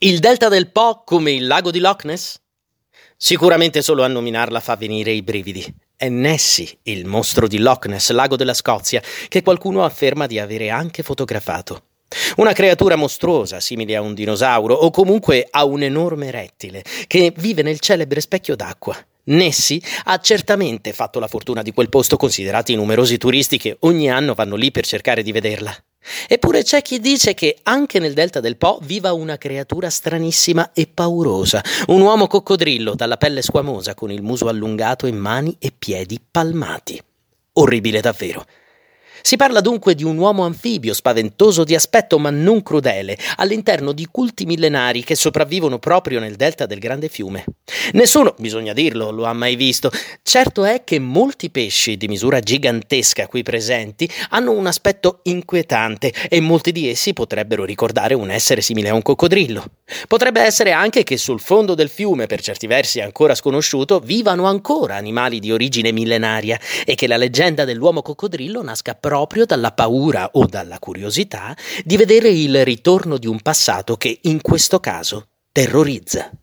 Il delta del Po come il lago di Loch Ness? Sicuramente solo a nominarla fa venire i brividi. È Nessie, il mostro di Loch Ness, lago della Scozia, che qualcuno afferma di avere anche fotografato. Una creatura mostruosa, simile a un dinosauro o comunque a un enorme rettile, che vive nel celebre specchio d'acqua. Nessie ha certamente fatto la fortuna di quel posto, considerati i numerosi turisti che ogni anno vanno lì per cercare di vederla. Eppure c'è chi dice che anche nel delta del Po viva una creatura stranissima e paurosa, un uomo coccodrillo dalla pelle squamosa con il muso allungato e mani e piedi palmati. Orribile davvero. Si parla dunque di un uomo anfibio, spaventoso di aspetto ma non crudele, all'interno di culti millenari che sopravvivono proprio nel delta del grande fiume. Nessuno, bisogna dirlo, lo ha mai visto. Certo è che molti pesci di misura gigantesca qui presenti hanno un aspetto inquietante e molti di essi potrebbero ricordare un essere simile a un coccodrillo. Potrebbe essere anche che sul fondo del fiume, per certi versi ancora sconosciuto, vivano ancora animali di origine millenaria e che la leggenda dell'uomo coccodrillo nasca proprio dalla paura o dalla curiosità di vedere il ritorno di un passato che in questo caso terrorizza.